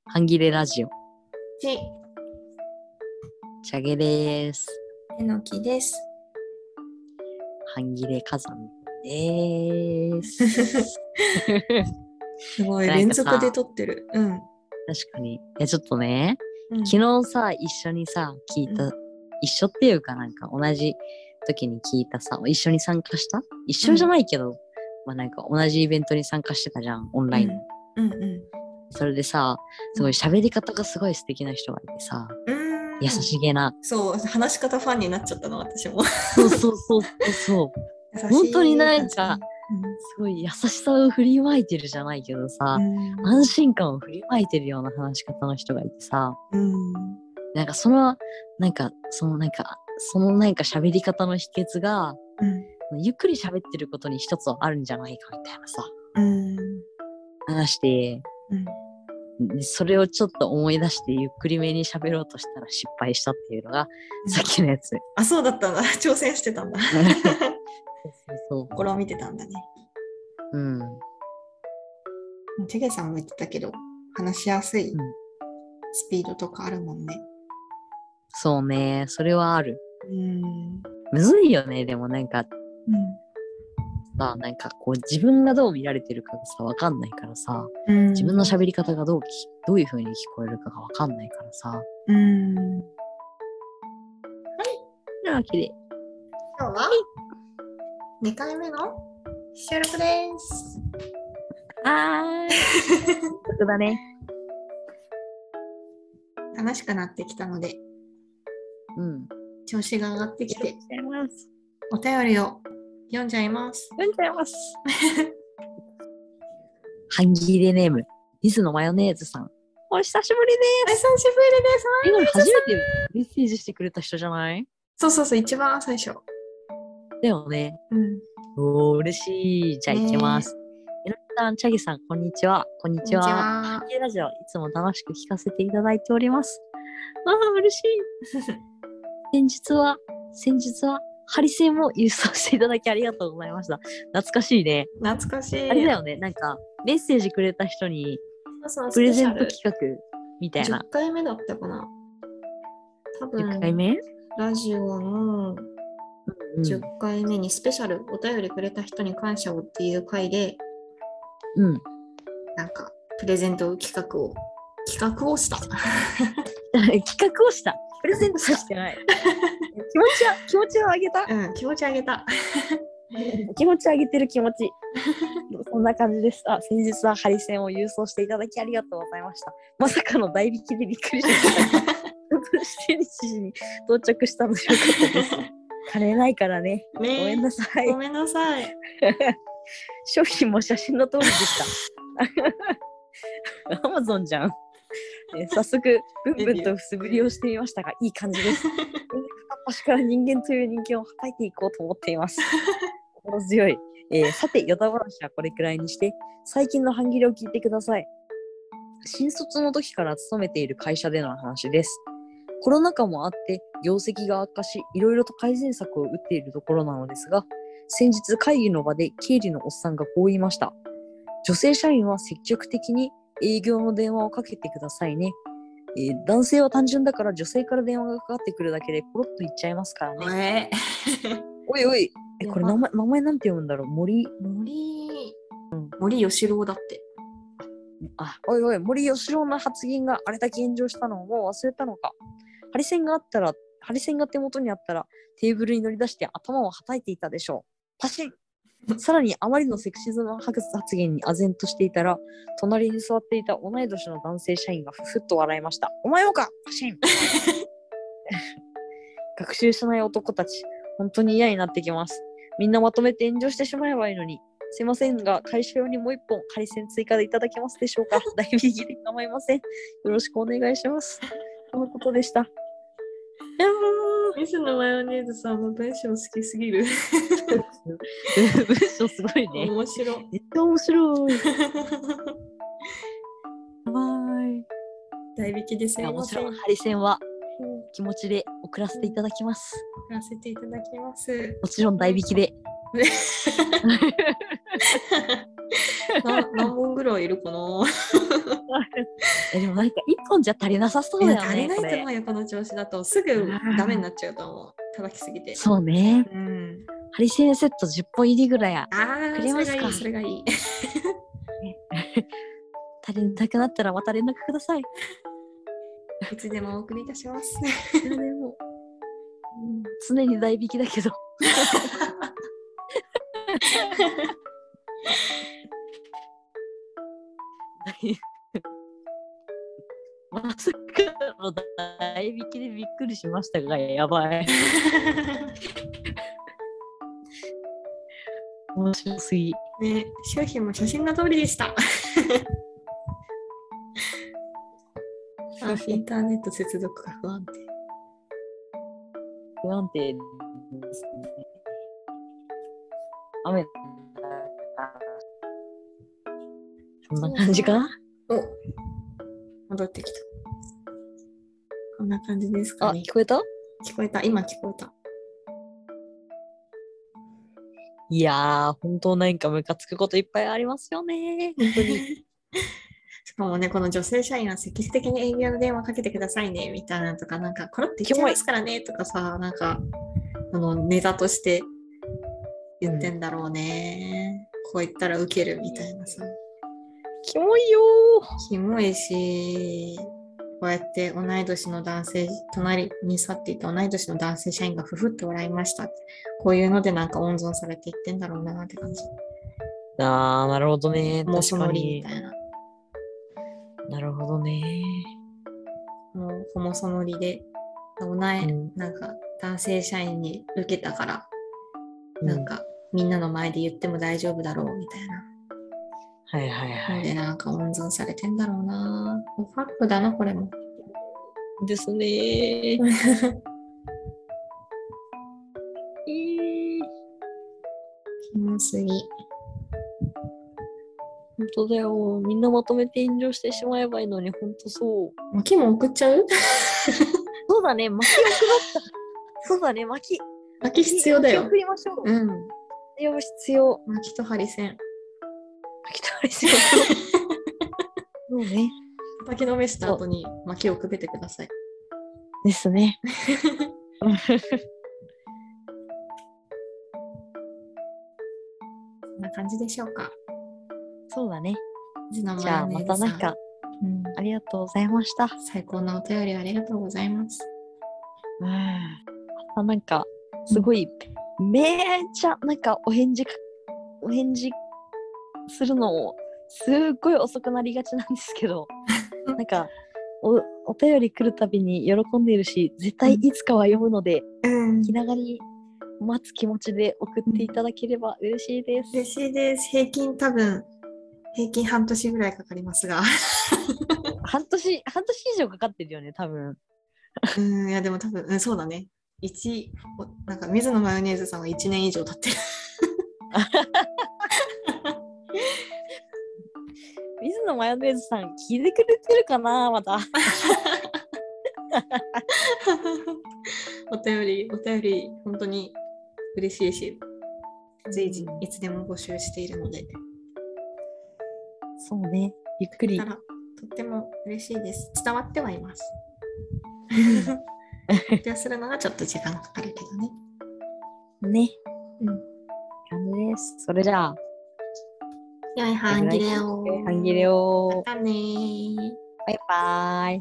半切れラジオち、 チャゲです。 えのきです。 半切れ火山です。 すごい連続で撮ってる。うん。 確かに。ちょっとね、 うん、 昨日さ一緒にさ聞いた、一緒っていうかなんか同じ時に聞いたさ、一緒に参加した一緒じゃないけど、まあなんか同じイベントに参加してたじゃん、オンラインの。それでさ、すごい喋り方がすごい素敵な人がいてさ、優しげな。 そう、話し方ファンになっちゃったの、私も。 そう。本当になんか、すごい優しさを振りまいてるじゃないけどさ、安心感を振りまいてるような話し方の人がいてさ、なんかその喋り方の秘訣が、ゆっくり喋ってることに一つはあるんじゃないかみたいなさ、話して、それをちょっと思い出してゆっくりめに喋ろうとしたら失敗したっていうのが、さっきのやつ。 あ、そうだったんだ。挑戦してたんだ。 そう。 これを見てたんだね。チェゲさんも言ってたけど、話しやすいスピードとかあるもんね。 そうね、それはある。むずいよね、でもなんか。さ、なんかこう自分がどう見られてるかがさ分かんないからさ、自分の喋り方がどういう風に聞こえるかが分かんないからさ。はい。というわけで今日は2回目の収録です。 そうだね。 楽しくなってきたので、調子が上がってきて、お便りを読んじゃいます。 半切れネーム、リズのマヨネーズさん。お久しぶりです。初めてメッセージしてくれた人じゃない？ そう、一番最初。 だよね。嬉しい。じゃあ行きます。えのきさん、チャギさん、こんにちは。半切れラジオ、いつも楽しく聞かせていただいております。嬉しい。先日はハリセンも郵送していただきありがとうございました。懐かしいね。 懐かしい。 あれだよね、なんかメッセージくれた人にプレゼント企画みたいな。 10回目だったかな。多分 10回目ラジオの10回目にスペシャルお便りくれた人に感謝をっていう回で、なんかプレゼント企画をしたプレゼントしてない気持ちをあげた。 気持ちあげた気持ち上げてる気持ちそんな感じでした。先日はハリセンを郵送していただきありがとうございました。まさかの代引きでびっくりしました。7時に到着したのでよかったです。金ないからね。ごめんなさい。商品も写真の通りでした。アマゾンじゃん。早速ブンブンと素振りをしてみましたが、いい感じです。片っ端から人間という人間をはたいていこうと思っています。心強い。さて、ヨタ話はこれくらいにして、最近の半切れを聞いてください。新卒の時から勤めている会社での話です。コロナ禍もあって業績が悪化し、いろいろと改善策を打っているところなのですが、先日会議の場で経理のおっさんがこう言いました。女性社員は積極的に営業の電話をかけてくださいね。男性は単純だから女性から電話がかかってくるだけでポロッと言っちゃいますからね。おい、これ名前なんて読むんだろう。森喜朗だって。 おい、森喜朗の発言があれだけ炎上したのをもう忘れたのか。ハリセンが手元にあったらテーブルに乗り出して頭をはたいていたでしょう。パシン。さらにあまりのセクシズム発言に唖然としていたら、隣に座っていた同い年の男性社員がふっと笑いました。お前もかパシン。学習しない男たち、本当に嫌になってきます。みんなまとめて炎上してしまえばいいのに。すいませんが、会社用にもう一本ハリセン追加でいただけますでしょうか。大引きで構いません。よろしくお願いします。このことでした。 ミスのマヨネーズさんの文章好きすぎる。 文章すごいね。 面白い。 めっちゃ面白い。 代引きですよ。 もちろんハリセンは気持ちで送らせていただきます。もちろん代引きで。 何本ぐららいいるかな。 でもなんか1本じゃ足りなさそうだよね。 足りないとこれ思うよ、この調子だと。すぐダメになっちゃうと思う。叩きすぎて。 そうね。 うん。 ハリセンセット10本入りぐらいああ、 くれますか。 それがいい。 足りなくなったらまた連絡ください。 いつでもお送りいたします。 でも、常に代引きだけど。まさかの代引きでびっくりしましたが、やばい。面白すぎ。 ね、商品も写真の通りでした。インターネット接続が不安定。 不安定ですね。雨だからそんな感じかな。 お、戻ってきた。こんな感じですかね。 聞こえた？ 聞こえた。今聞こえた。 いやー、本当なんかムカつくこといっぱいありますよね。本当に。 しかもね、この女性社員は積極的に営業の電話かけてくださいね、みたいなとか、なんか、これって言っちゃいますからね、とかさ、なんか、ネタとして言ってんだろうね。こう言ったらウケるみたいなさ。 キモいよー。キモいし、こうやって同い年の男性、隣に去っていた同い年の男性社員がふふって笑いましたって。こういうのでなんか温存されていってんだろうなって感じ。 あー、なるほどね。 もうそのり確みたいな。 かに。なるほどね。 もうホモソノリで、なんか男性社員に受けたから、なんかみんなの前で言っても大丈夫だろうみたいな。 はいはいはい。 でなんか温存されてんだろうな。ファックだな、これも。 ですねー。 キモすぎ。 本当だよ。みんなまとめて炎上してしまえばいいのに、本当そう。 巻きも送っちゃう？ そうだね、巻き送ろった。そうだね、巻き。 巻き必要だよ。 巻き送りましょう。 うん。 必要。 巻きとハリセン。 巻きとハリセン。そうね。 叩きのめした後に巻きをくべてください。 ですね。 こんな感じでしょうか。 そうだね。 じゃあまたなんか、ありがとうございました。 最高のお便りありがとうございます。 またなんかすごい、めっちゃなんかお返事するのもすっごい遅くなりがちなんですけど、なんかお便り来るたびに喜んでいるし、絶対いつかは読むので、気長に待つ気持ちで送っていただければ嬉しいです。 嬉しいです。平均半年ぐらいかかりますが。 半年以上かかってるよね、多分。 いやでも多分、そうだね。なんか水野マヨネーズさんは1年以上経ってる。 水野マヨネーズさん聞いてくれてるかな、また。 お便り本当に嬉しいし、随時いつでも募集しているので。 そうね、ゆっくり。 とっても嬉しいです。伝わってはいます。発表するのがちょっと時間かかるけどね。 ね。感じです。それじゃあ。 良い半切れを。 半切れを。 またねー。 バイバーイ。